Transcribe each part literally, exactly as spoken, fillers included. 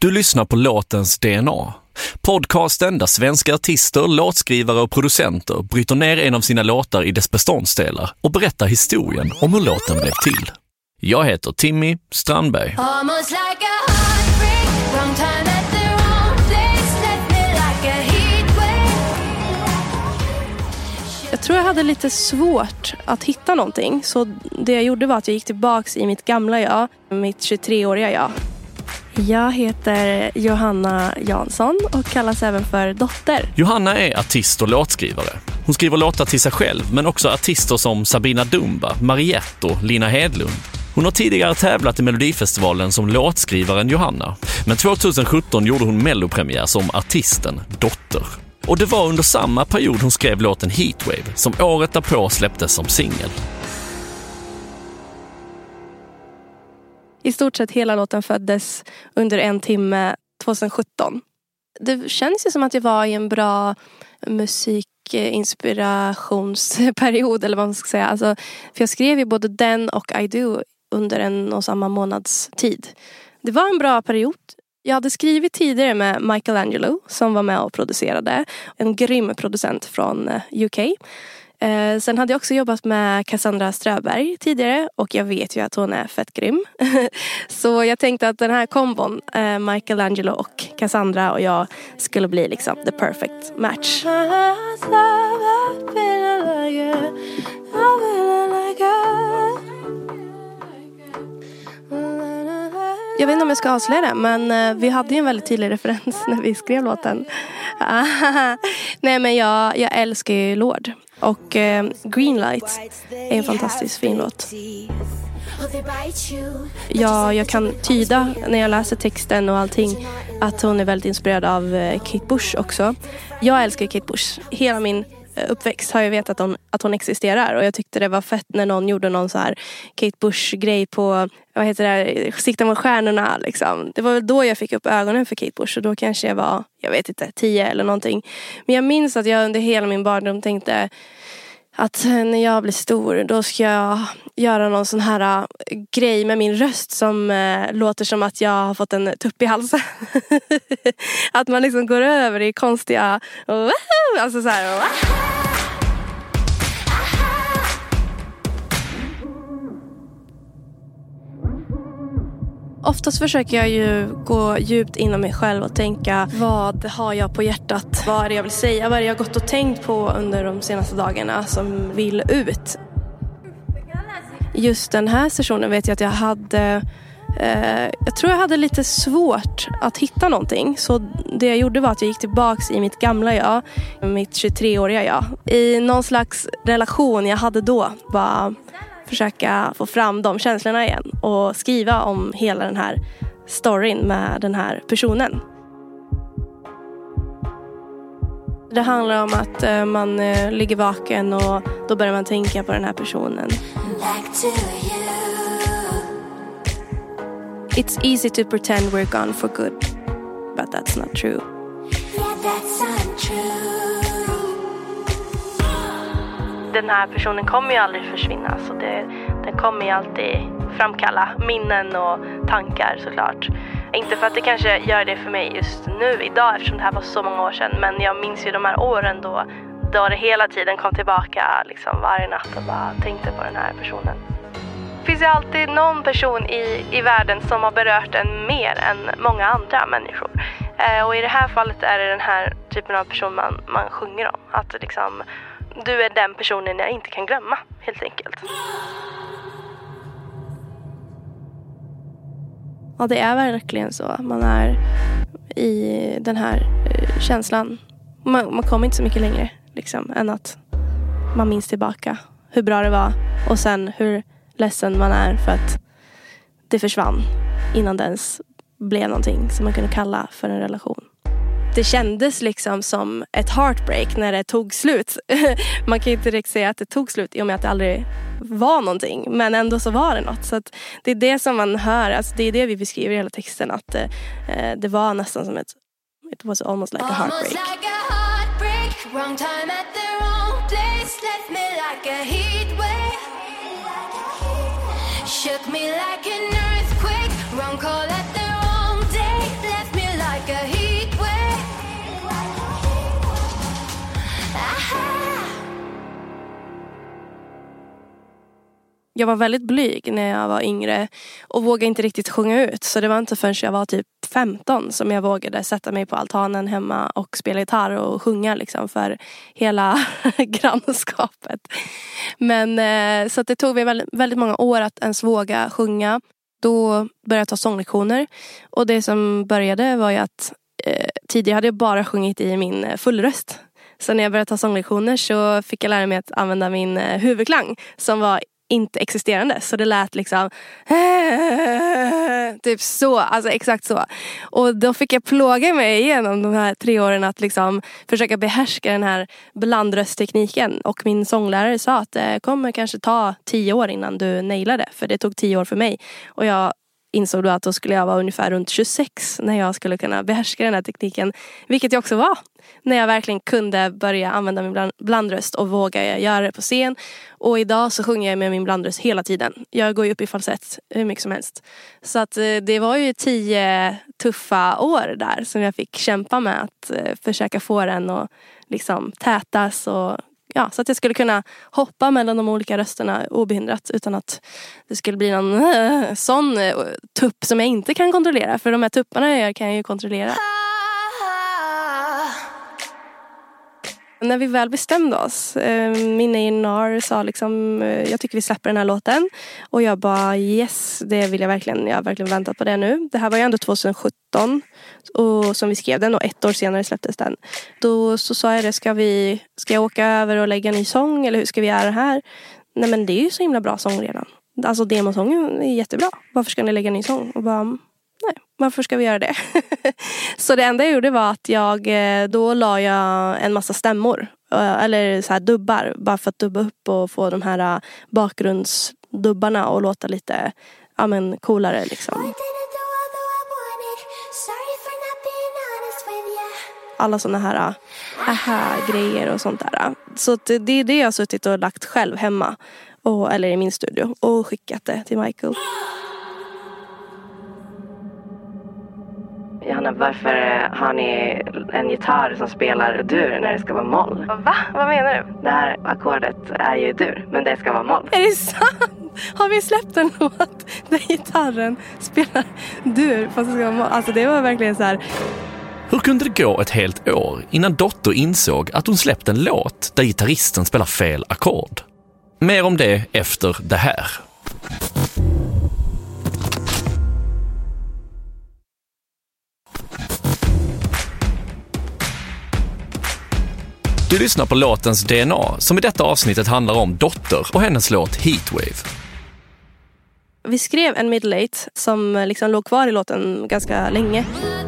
Du lyssnar på Låtens D N A. Podcasten där svenska artister, låtskrivare och producenter bryter ner en av sina låtar i dess beståndsdelar och berättar historien om hur låten blev till. Jag heter Timmy Strandberg. Jag tror jag hade lite svårt att hitta någonting. Så det jag gjorde var att jag gick tillbaks i mitt gamla jag, mitt tjugotre-åriga jag. Jag heter Johanna Jansson och kallas även för Dotter. Johanna är artist och låtskrivare. Hon skriver låtar till sig själv, men också artister som Sabina Dumba, Mariette och Lina Hedlund. Hon har tidigare tävlat i Melodifestivalen som låtskrivaren Johanna. Men tjugohundrasjutton gjorde hon mellopremiär som artisten Dotter. Och det var under samma period hon skrev låten Heatwave, som året därpå släpptes som singel. I stort sett hela låten föddes under en timme tjugohundrasjutton. Det känns ju som att jag var i en bra musikinspirationsperiod, eller vad man ska säga. Alltså, för jag skrev ju både den och I Do under en och samma månads tid. Det var en bra period. Jag hade skrivit tidigare med Michelangelo som var med och producerade. En grym producent från U K. Eh, sen hade jag också jobbat med Cassandra Ströberg tidigare. Och jag vet ju att hon är fett grym. Så jag tänkte att den här kombon, eh, Michelangelo och Cassandra och jag, skulle bli liksom the perfect match. Jag vet inte om jag ska avslöja det, men uh, vi hade ju en väldigt tydlig referens när vi skrev låten. Nej, men jag, jag älskar ju Lord. Och uh, Green Lights är en fantastiskt fin låt. Ja, jag kan tyda när jag läser texten och allting att hon är väldigt inspirerad av uh, Kate Bush också. Jag älskar Kate Bush. Hela min uppväxt har jag vetat att hon, att hon existerar. Och jag tyckte det var fett när någon gjorde någon så här Kate Bush-grej på, vad heter det, Sikta mot stjärnorna liksom. Det var väl då jag fick upp ögonen för Kate Bush. Och då kanske jag var, jag vet inte, tio eller någonting. Men jag minns att jag under hela min barndom tänkte att när jag blir stor, då ska jag göra någon sån här uh, grej med min röst som uh, låter som att jag har fått en tupp i halsen. Att man liksom går över i konstiga uh, alltså så här. Uh. Oftast försöker jag ju gå djupt inom mig själv och tänka, vad har jag på hjärtat? Vad är det jag vill säga? Vad är det jag har gått och tänkt på under de senaste dagarna som vill ut? Just den här sessionen vet jag att jag hade... Eh, jag tror jag hade lite svårt att hitta någonting. Så det jag gjorde var att jag gick tillbaks i mitt gamla jag, mitt tjugotre-åriga jag. I någon slags relation jag hade då var... försöka få fram de känslorna igen och skriva om hela den här storyn med den här personen. Det handlar om att uh, man uh, ligger vaken och då börjar man tänka på den här personen. It's easy to pretend we're gone for good, but that's not true. Yeah, that's not true. Den här personen kommer ju aldrig försvinna, så det, den kommer ju alltid framkalla minnen och tankar såklart. Inte för att det kanske gör det för mig just nu idag eftersom det här var så många år sedan, men jag minns ju de här åren då, då det hela tiden kom tillbaka liksom varje natt och bara tänkte på den här personen. Det finns ju alltid någon person i, i världen som har berört en mer än många andra människor. Eh, och i det här fallet är det den här typen av person man, man sjunger om. Att liksom... Du är den personen jag inte kan glömma, helt enkelt. Ja, det är verkligen så. Man är i den här uh, känslan. Man, man kommer inte så mycket längre, liksom, än att man minns tillbaka hur bra det var. Och sen hur ledsen man är för att det försvann innan det ens blev någonting som man kunde kalla för en relation. Det kändes liksom som ett heartbreak när det tog slut. Man kan ju inte direkt säga att det tog slut i och med att det aldrig var någonting. Men ändå så var det något. Så att det är det som man hör. Alltså det är det vi beskriver i hela texten. Att eh, det var nästan som ett... It was almost like a heartbreak. Almost like a heartbreak. Wrong time at the wrong place. Left me like a heat wave. Shook me like an earthquake. Wrong call at the wrong day. Left me Jag var väldigt blyg när jag var yngre och vågade inte riktigt sjunga ut. Så det var inte förrän jag var typ femton som jag vågade sätta mig på altanen hemma och spela gitarr och sjunga liksom för hela grannskapet. Men eh, så att det tog mig väldigt, väldigt många år att ens våga sjunga. Då började jag ta sånglektioner. Och det som började var ju att eh, tidigare hade jag bara sjungit i min fullröst. Så när jag började ta sånglektioner så fick jag lära mig att använda min eh, huvudklang som var inte existerande. Så det lät liksom typ så, alltså exakt så. Och då fick jag plåga mig igenom de här tre åren att liksom försöka behärska den här blandrösttekniken. Och min sånglärare sa att det kommer kanske ta tio år innan du nailar det. För det tog tio år för mig. Och jag insåg då att då skulle jag vara ungefär runt tjugosex när jag skulle kunna behärska den här tekniken. Vilket jag också var. När jag verkligen kunde börja använda min blandröst och våga göra det på scen. Och idag så sjunger jag med min blandröst hela tiden. Jag går ju upp i falsett hur mycket som helst. Så att det var ju tio tuffa år där som jag fick kämpa med att försöka få den att liksom tätas och ja, så att jag skulle kunna hoppa mellan de olika rösterna obehindrat utan att det skulle bli någon äh, sån äh, tupp som jag inte kan kontrollera. För de här tupparna jag gör kan jag ju kontrollera. När vi väl bestämde oss, äh, min A and R sa liksom, äh, jag tycker vi släpper den här låten. Och jag bara, yes, det vill jag verkligen, jag har verkligen väntat på det nu. Det här var ju ändå tjugohundrasjutton och som vi skrev den och ett år senare släpptes den. Då så sa jag det, ska vi ska jag åka över och lägga en ny sång eller hur ska vi göra det här? Nej men det är ju så himla bra sång redan. Alltså demosången är jättebra. Varför ska ni lägga en ny sång? Och bara, nej, varför ska vi göra det? Så det enda jag gjorde var att jag, då la jag en massa stämmor. Eller så här dubbar. Bara för att dubba upp och få de här bakgrundsdubbarna och låta lite, ja men coolare liksom. Alla såna här aha-grejer och sånt där. Så det är det jag har suttit och lagt själv hemma. Och, eller i min studio. Och skickat det till Michael. Johanna, varför har ni en gitarr som spelar dur när det ska vara moll? Va? Vad menar du? Det här ackordet är ju dur, men det ska vara moll. Är det sant? Har vi släppt en låt där gitarren spelar dur fast det ska vara moll? Alltså det var verkligen så här. Hur kunde det gå ett helt år innan Dotter insåg att hon släppt en låt där gitarristen spelar fel ackord? Mer om det efter det här. Du lyssnar på låtens D N A som i detta avsnittet handlar om Dotter och hennes låt Heatwave. Vi skrev en midlate som liksom låg kvar i låten ganska länge.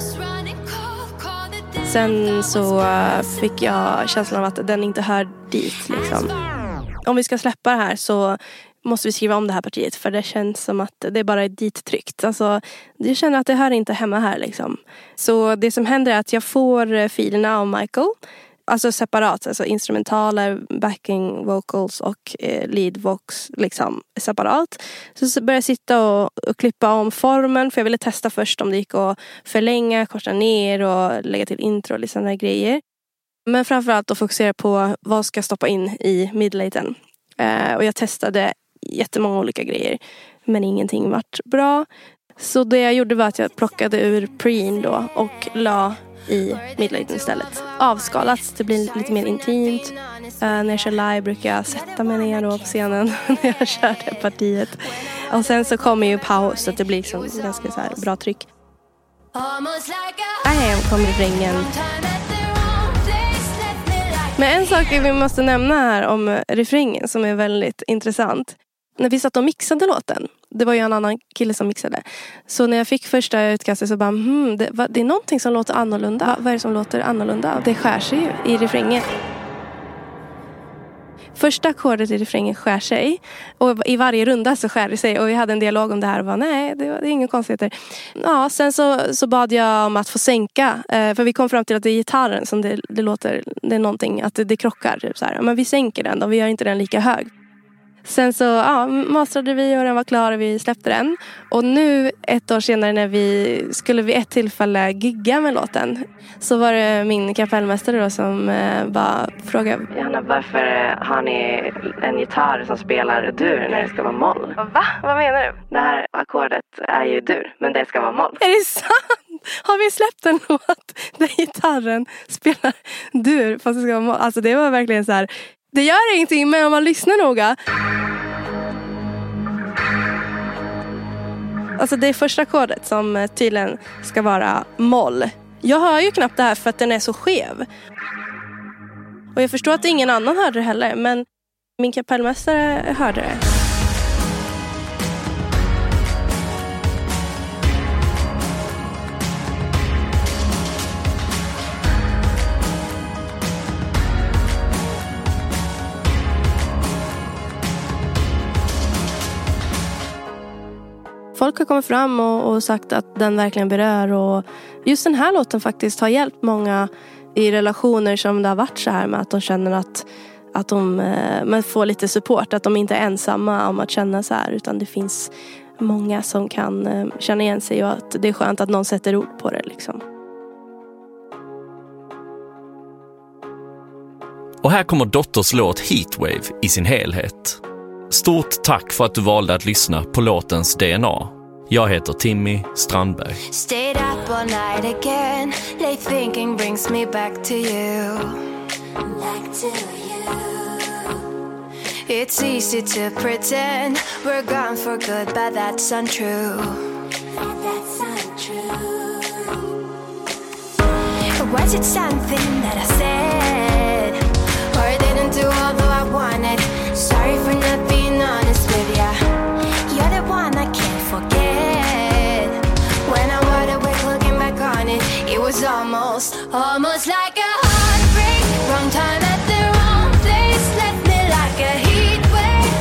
Sen så fick jag känslan av att den inte hör dit liksom. Om vi ska släppa det här så måste vi skriva om det här partiet. För det känns som att det bara är dit tryckt. Alltså, jag känner att det hör inte hemma här liksom. Så det som händer är att jag får filerna av Michael. Alltså separat, alltså instrumentaler, backing vocals och eh, lead vox liksom separat. Så, så började jag sitta och, och klippa om formen för jag ville testa först om det gick att förlänga, korta ner och lägga till intro och sådana grejer. Men framförallt att fokusera på vad ska jag stoppa in i midlaten. Eh, och jag testade jättemånga olika grejer men ingenting vart bra. Så det jag gjorde var att jag plockade ur preen då och la i midlaten istället. Avskalat, det blir lite mer intimt. Uh, när jag kör live brukar jag sätta mig ner då på scenen när jag kör det partiet. Och sen så kommer ju paus så att det blir liksom ganska så här bra tryck. I am kommer refrängen. Men en sak vi måste nämna här om refrängen som är väldigt intressant. När vi satt och mixade låten, det var ju en annan kille som mixade. Så när jag fick första utkastet så bara, hmm, det, va, det är någonting som låter annorlunda. Va, vad är det som låter annorlunda? Det skär sig ju i refrängen. Första ackordet i refrängen skär sig. Och i varje runda så skär det sig. Och vi hade en dialog om det här och bara, nej, det, det är inga konstigheter. Ja, sen så, så bad jag om att få sänka. Eh, för vi kom fram till att det är gitarren som det, det låter, det är någonting, att det, det krockar. Typ så här. Men vi sänker den då, vi gör inte den lika hög. Sen så ja, masterade vi och den var klar och vi släppte den. Och nu ett år senare när vi skulle vid ett tillfälle gigga med låten, så var det min kapellmästare då som eh, bara frågade: Johanna, varför har ni en gitarr som spelar dur när det ska vara moll? Va? Vad menar du? Det här ackordet är ju dur, men det ska vara moll. Är det sant? Har vi släppt en låt där gitarren spelar dur fast det ska vara moll? Alltså det var verkligen så här. Det gör ingenting, men om man lyssnar noga. Alltså det är första ackordet som tydligen ska vara moll. Jag hör ju knappt det här för att den är så skev. Och jag förstår att ingen annan hörde det heller, men min kapellmästare hörde det. Folk har kommit fram och, och sagt att den verkligen berör, och just den här låten faktiskt har hjälpt många i relationer som det har varit så här med att de känner att, att de eh, får lite support, att de inte är ensamma om att känna så här, utan det finns många som kan eh, känna igen sig, och att det är skönt att någon sätter ord på det liksom. Och här kommer Dotters låt Heatwave i sin helhet. Stort tack för att du valde att lyssna på låtens D N A. Jag heter Timmy Strandberg. Stayed up all night again. Late thinking brings me back to you. Back to you. It's easy to pretend we're gone for good, but that's untrue. That's untrue. Was it something that I said, or didn't do although I wanted? Sorry for not being honest with ya. You're the one I can't forget. When I wide awake looking back on it, it was almost, almost like a heartbreak. Wrong time at the wrong place, left me like a heat wave.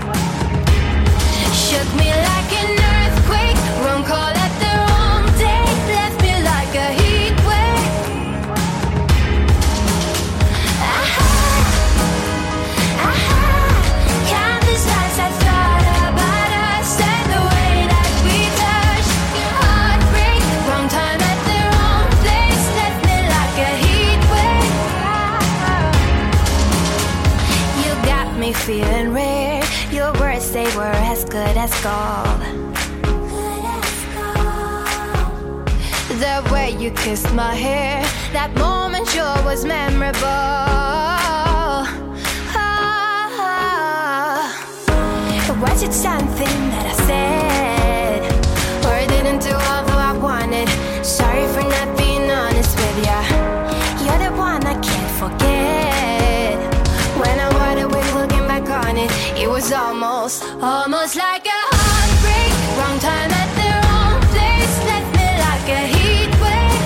Shook me like an earthquake. Wrong call at the wrong day, left me like a heat wave. Aha, aha. Countless times I thought about us and the way that we touched. Heartbreak, wrong time at the wrong place, left me like a heat wave. You got me feeling rare. Your words, they were as good as gold. The way you kissed my hair, that moment sure was memorable. Was it something that I said, or didn't do although I wanted? Sorry for not being honest with ya. You're the one I can't forget. When I wide awake looking back on it, it was almost, almost like a heartbreak. Wrong time at the wrong place, left me like a heat wave.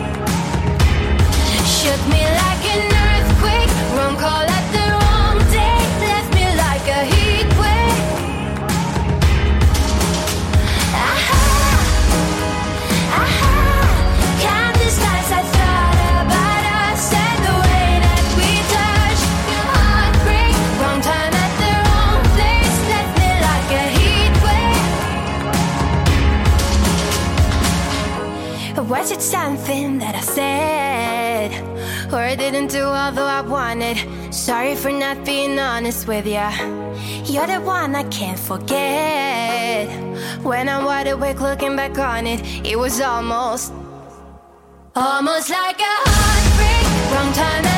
Shook me like an earthquake. Wrong call at the wrong day, left me like a heat wave. Was it something that I said, or didn't do although I wanted? Sorry for not being honest with ya. You're the one I can't forget. When I'm wide awake looking back on it, it was almost, almost like a heartbreak. Wrong time.